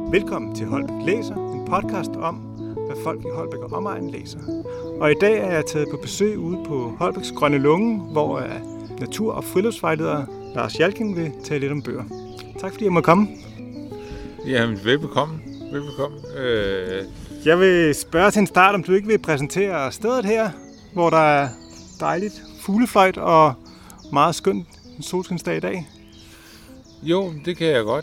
Velkommen til Holbæk Læser, en podcast om, hvad folk i Holbæk og omegn læser. Og i dag er jeg taget på besøg ude på Holbæks Grønne Lunge, hvor natur- og friluftsvejleder Lars Jalking vil tale lidt om bøger. Tak fordi jeg må komme. Jamen, velbekomme. Jeg vil spørge til en start, om du ikke vil præsentere stedet her, hvor der er dejligt fuglefløjt og meget skønt en solskinsdag i dag. Jo, det kan jeg godt.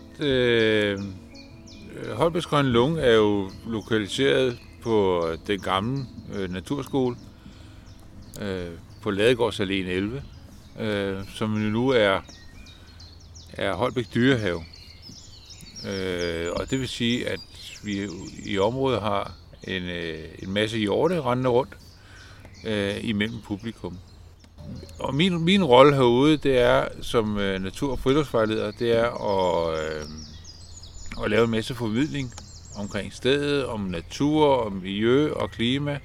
Holbæks Grønne Lunge er jo lokaliseret på den gamle naturskole på Ladegårds Allé 11, som nu er Holbæk Dyrehave. Og det vil sige, at vi i området har en masse hjorte rendende rundt imellem publikum. Og min rolle herude, det er som natur- og friluftsvejleder, det er at lave en masse formidling omkring stedet, om natur, om miljø og klima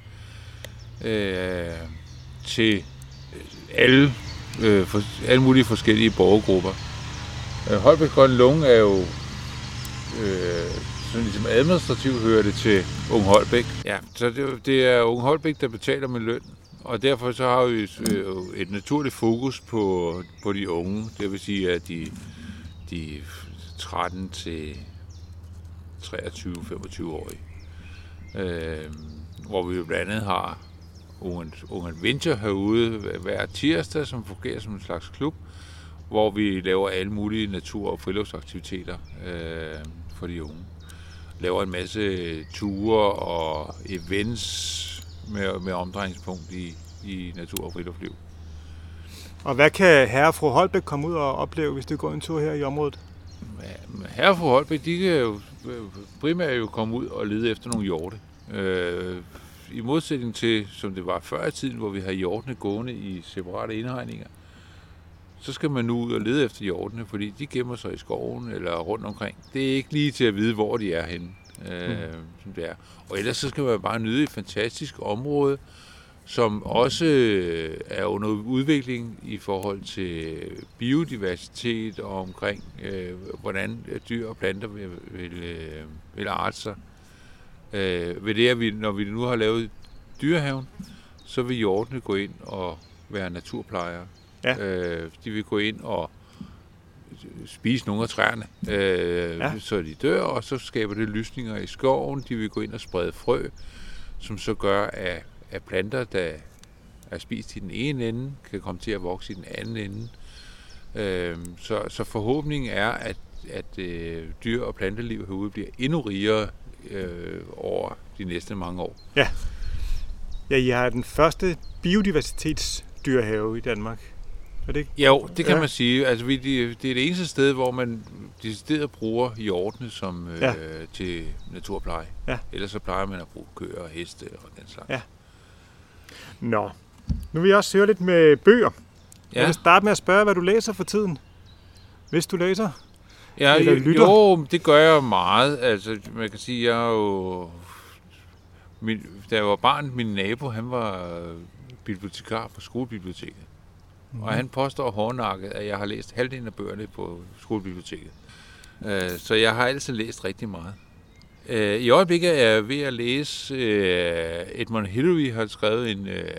til alle mulige forskellige borgergrupper. Holbæk Grønne Lunge er jo sådan ligesom administrativt hører det til Ung Holbæk. Ja, så det er Ung Holbæk, der betaler med løn. Og derfor så har vi et naturligt fokus på de unge. Det vil sige, at de 13 til 23-25-årige. Hvor vi jo blandt andet har Ung Adventure herude hver tirsdag, som fungerer som en slags klub, hvor vi laver alle mulige natur- og friluftsaktiviteter for de unge. Laver en masse ture og events med omdrejningspunkt i natur- og friluftsliv. Og hvad kan herre og fru Holbæk komme ud og opleve, hvis det går en tur her i området? Herre og fru Holbæk, de kan jo primært komme ud og lede efter nogle hjorte. I modsætning til, som det var før i tiden, hvor vi har hjortene gående i separate indhegninger, så skal man nu ud og lede efter hjortene, fordi de gemmer sig i skoven eller rundt omkring. Det er ikke lige til at vide, hvor de er henne. Som det er. Og ellers så skal man bare nyde et fantastisk område, som også er under udvikling i forhold til biodiversitet og omkring, hvordan dyr og planter vil arte sig. Ved det, at når vi nu har lavet dyrehaven, så vil hjortene gå ind og være naturplejere. Ja. De vil gå ind og spise nogle af træerne, så de dør, og så skaber det lysninger i skoven. De vil gå ind og sprede frø, som så gør, at planter, der er spist i den ene ende, kan komme til at vokse i den anden ende. Så forhåbningen er, at dyr- og planteliv herude bliver endnu rigere over de næste mange år. Ja, I har den første biodiversitetsdyrehave i Danmark. Jo, det kan man sige. Altså, det er det eneste sted, hvor man decideret bruger hjortene som til naturpleje. Ja. Ellers så plejer man at bruge køer og heste og den slags. Ja. Nå, nu vil jeg også høre lidt med bøger. Ja. Jeg vil starte med at spørge, hvad du læser for tiden. Hvis du læser? Ja, eller lytter? Jo, det gør jeg meget. Altså, man kan sige, jeg er jo... Da jeg var barn, min nabo, han var bibliotekar på skolebiblioteket. Og han påstår hårdnakket, at jeg har læst halvdelen af bøgerne på skolebiblioteket. Så jeg har altid læst rigtig meget. I øjeblikket er jeg ved at læse, Edmund Hillary har skrevet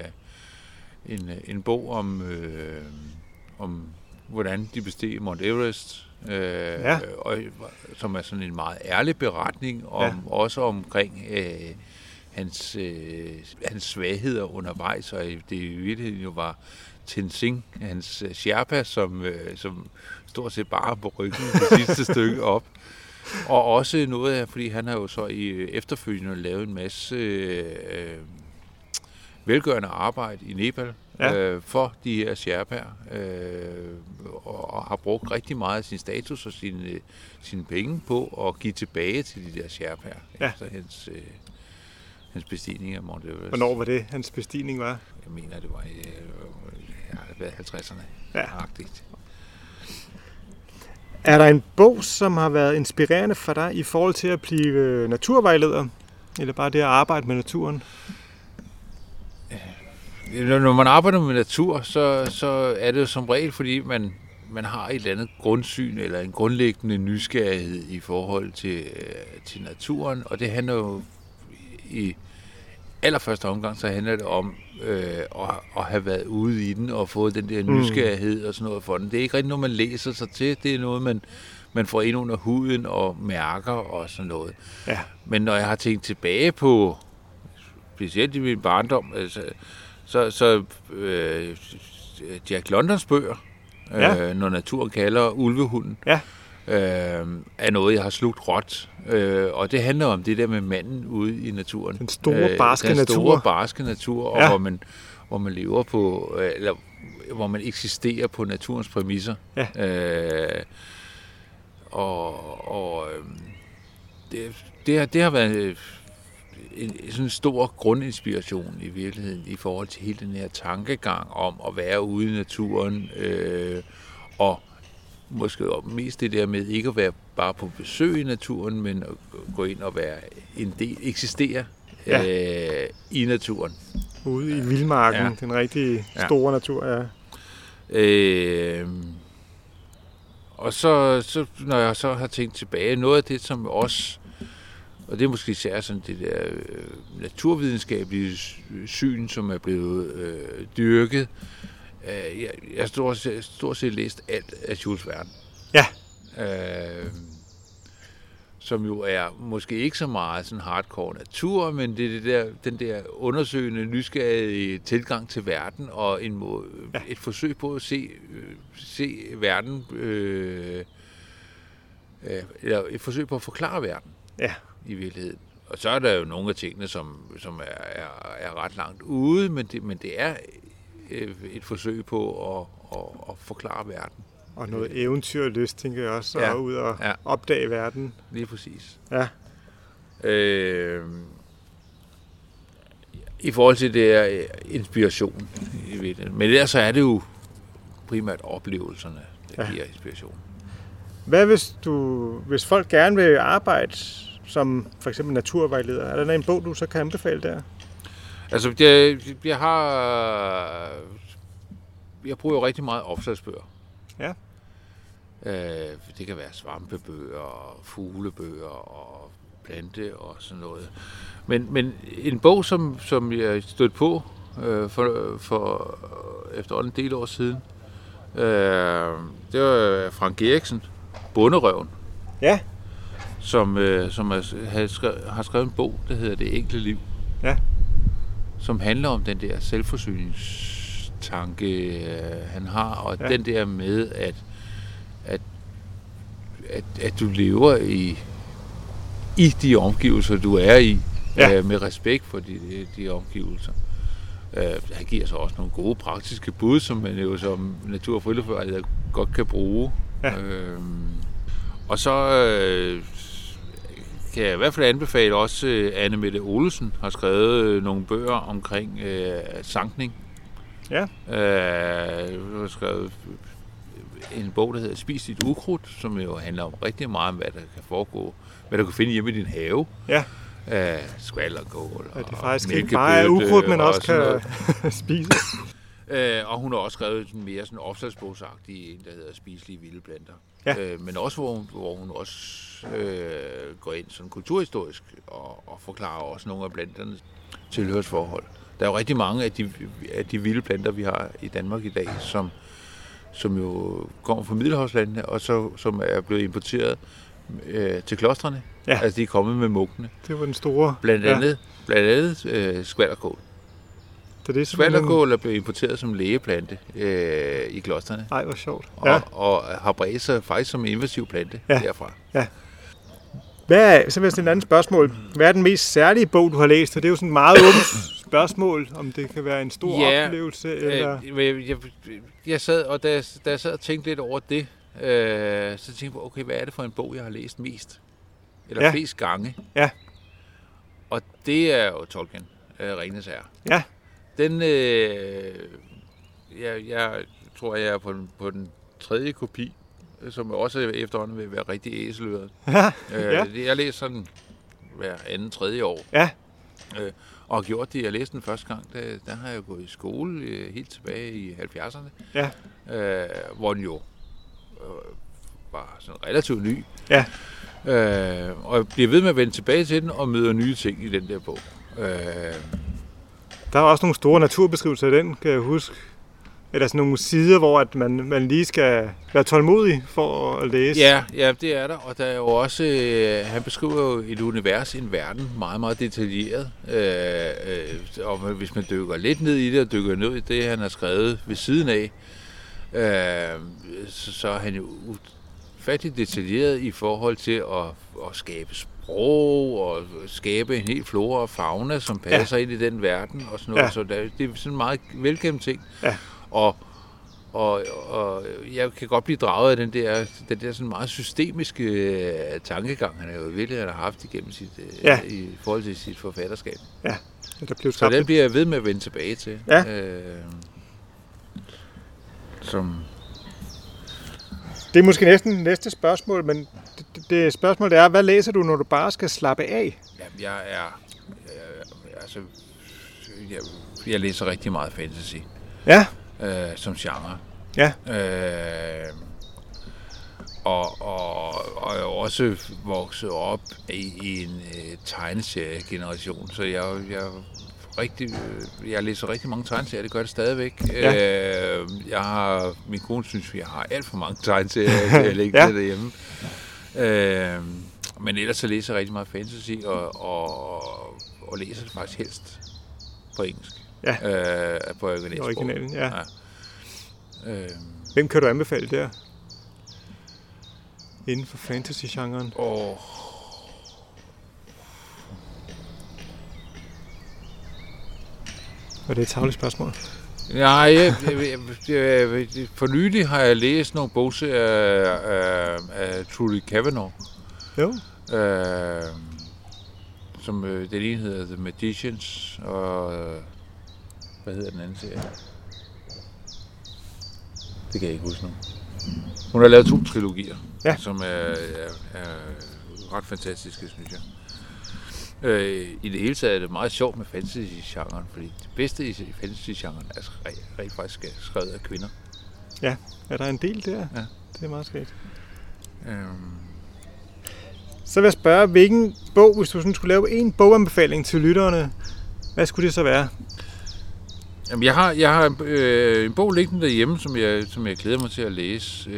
en bog om hvordan de besteg Mount Everest, og, som er sådan en meget ærlig beretning, også omkring hans svagheder undervejs, og det i virkeligheden jo var Tenzing, hans Sherpa, som stort set bare på ryggen det sidste stykke op. Og også noget af, fordi han har jo så efterfølgende lavet en masse velgørende arbejde i Nepal for de her Sherpaer, og har brugt rigtig meget af sin status og sine penge på at give tilbage til de der Sherpaer efter hans bestigning af Mount Everest. Hvornår var det, hans bestigning var? Jeg mener, det var i 50'erne. Agtigt. Er der en bog, som har været inspirerende for dig i forhold til at blive naturvejleder? Eller bare det at arbejde med naturen? Når man arbejder med natur, så er det jo som regel, fordi man har et eller andet grundsyn eller en grundlæggende nysgerrighed i forhold til naturen, og det handler jo i allerførste omgang, så handler det om at have været ude i den og fået den der nysgerrighed og sådan noget for den. Det er ikke rigtig noget, man læser sig til, det er noget, man får ind under huden og mærker og sådan noget. Ja. Men når jeg har tænkt tilbage på, specielt i min barndom, altså, så Jack Londons bøger, Når naturen kalder, Ulvehunden, er noget, jeg har slugt råt. Og det handler om det der med manden ude i naturen. Den store, barske natur, og hvor man lever på, eller hvor man eksisterer på naturens præmisser. Ja. Det har været sådan en stor grundinspiration i virkeligheden i forhold til hele den her tankegang om at være ude i naturen, og måske mest det der med ikke at være bare på besøg i naturen, men at gå ind og være en del, eksistere i naturen. Ude i vildmarken, den rigtig store natur, Og så når jeg så har tænkt tilbage, noget af det, som også, og det er måske især sådan det der naturvidenskabelige syn, som er blevet dyrket. Jeg har stort set læst alt af Jules Verne. Ja. Som jo er måske ikke så meget sådan hardcore natur, men det er den der undersøgende, nysgerrige tilgang til verden, og et forsøg på at se verden, eller et forsøg på at forklare verden i virkeligheden. Og så er der jo nogle af tingene, som er ret langt ude, men det er et forsøg på at forklare verden. Og noget eventyrlyst, tænker jeg også, og ud og opdage verden. Lige præcis. Ja. I forhold til det her inspiration. Men ellers så er det jo primært oplevelserne, der giver inspiration. Hvad hvis folk gerne vil arbejde som for eksempel naturvejleder? Er der en bog, du så kan anbefale der? Altså, jeg bruger jo rigtig meget opslagsbøger. Ja. Det kan være svampebøger, fuglebøger og plante og sådan noget. Men en bog, som jeg stødte på for efterhånden en del år siden, det var Frank Eriksen, Bonderøven. Ja. Som har skrevet en bog, der hedder Det enkle liv. Ja. Som handler om den der selvforsyningstanke, han har, og den der med, at du lever i de omgivelser, du er i, med respekt for de omgivelser. Han giver så også nogle gode praktiske bud, som man jo som natur- og friluftsvejleder godt kan bruge. Ja. Og så kan jeg i hvert fald anbefale også, Anne Mette Olesen har skrevet nogle bøger omkring sankning. Ja. Hun har skrevet en bog, der hedder Spis dit ukrudt, som jo handler om rigtig meget om, hvad der kan foregå, hvad du kan finde hjemme i din have. Ja. Skvalderkål og det er faktisk ikke bare ukrudt, men også kan spises. Og hun har også skrevet en mere sådan opslagsbogsagtig en, der hedder Spiselige vilde planter. Ja. Men også hvor hun også går ind sådan kulturhistorisk og forklarer også nogle af planternes tilhørsforhold. Der er jo rigtig mange af de vilde planter, vi har i Danmark i dag, som jo kommer fra Middelhavslandene, og som er blevet importeret til klostrene. Ja. Altså de er kommet med munkene. Det var den store. Blandt andet skvalderkål. Skvalderkål er blevet importeret som lægeplante i klostrene. Ej, hvor sjovt. Og har bredt sig faktisk som invasiv plante derfra. Ja. Så vil jeg stille et andet spørgsmål. Hvad er den mest særlige bog, du har læst? Det er jo sådan et meget åbent spørgsmål, om det kan være en stor oplevelse. Eller... Jeg sad, og da jeg sad og tænkte lidt over det, så tænkte jeg, okay, hvad er det for en bog, jeg har læst mest? Eller flest gange? Ja. Og det er jo Tolkien, Ringenes Herre. Ja. Den, jeg tror, jeg er på den tredje kopi, som også efterhånden vil være rigtig æseløret. Jeg læser sådan hver anden, tredje år. Ja. Og har gjort det. Jeg læste den første gang, der har jeg gået i skole helt tilbage i 70'erne. Ja. Hvor den jo var sådan relativt ny. Ja. Og jeg bliver ved med at vende tilbage til den og møder nye ting i den der bog. Der er også nogle store naturbeskrivelser i den, kan jeg huske. Eller sådan nogle sider, hvor at man lige skal være tålmodig for at læse. Ja, det er der. Og der er jo også, han beskriver jo et univers, en verden, meget, meget detaljeret. Og hvis man dykker lidt ned i det, og dykker ned i det, han har skrevet ved siden af, så er han jo ufattelig detaljeret i forhold til at skabe sprog og skabe en hel flora og fauna, som passer ind i den verden og sådan noget. Ja. Så det er sådan en meget velkendt ting. Ja. Og jeg kan godt blive draget af den der sådan meget systemiske tankegang, han jo virkelig har haft igennem i forhold til sit forfatterskab. Ja. Så den bliver jeg ved med at vende tilbage til. Ja. Det er måske næsten næste spørgsmål, men det spørgsmål er, hvad læser du, når du bare skal slappe af? Jamen, jeg læser rigtig meget fantasy. Ja. Som genre. Ja. Og jeg er også vokset op i en tegneseriegeneration, så jeg læser rigtig mange tegneserier, det gør det stadigvæk. Ja. Min kone synes, jeg har alt for mange tegneserier, så jeg lægger det derhjemme. Men ellers så læser jeg rigtig meget fantasy, og læser det faktisk helst på engelsk. Ja. På originalen, ja. Hvem kan du anbefale der? Inden for fantasy-genren? Og det er et tavligt spørgsmål. Nej, for nylig har jeg læst nogle bogserier af Trudy Kavanaugh. Jo. Som den ene hedder The Magicians, og hvad hedder den anden serie? Det kan jeg ikke huske nu. Hun har lavet 2 trilogier, som er ret fantastiske, synes jeg. I det hele taget er det meget sjovt med fantasy-genren, fordi det bedste i fantasy-genren er rent faktisk skrevet af kvinder. Ja, er der en del der? Ja. Det er meget skægt. Så vil jeg spørge, hvilken bog, hvis du sådan skulle lave en boganbefaling til lytterne, hvad skulle det så være? Jamen, jeg har en bog liggende derhjemme, som jeg glæder mig til at læse.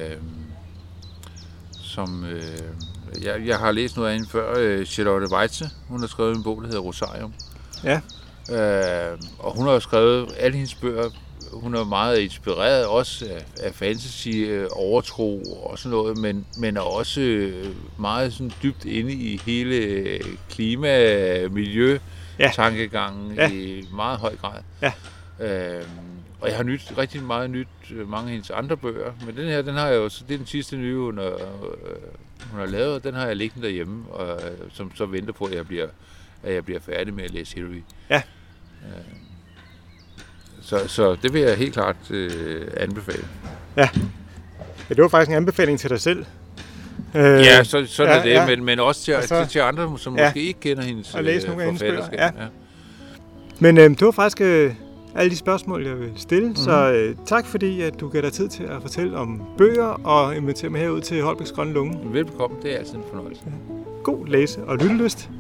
Jeg har læst noget af hende før, Charlotte Weitze. Hun har skrevet en bog, der hedder Rosarium. Ja. Og hun har jo skrevet alle hendes bøger. Hun er meget inspireret også af fantasy, overtro og sådan noget, men er også meget sådan dybt inde i hele klima, miljø, tankegangen i meget høj grad. Ja. Og jeg har rigtig meget nyt mange af hendes andre bøger, men den her, den har jeg jo, så det er den sidste nye, hun har lavet, og den har jeg liggende derhjemme, og som så venter på, at jeg bliver færdig med at læse Hilary. Ja. Så det vil jeg helt klart anbefale. Ja, det var faktisk en anbefaling til dig selv. Ja, sådan er det, men også til andre, som måske ikke kender hendes forfatterskab. Ja. Men det var faktisk alle de spørgsmål, jeg vil stille. Så tak fordi, at du gav dig tid til at fortælle om bøger og invitere mig herud til Holbæks Grønne Lunge. Velbekomme, det er altid en fornøjelse. God læse- og lyttelyst.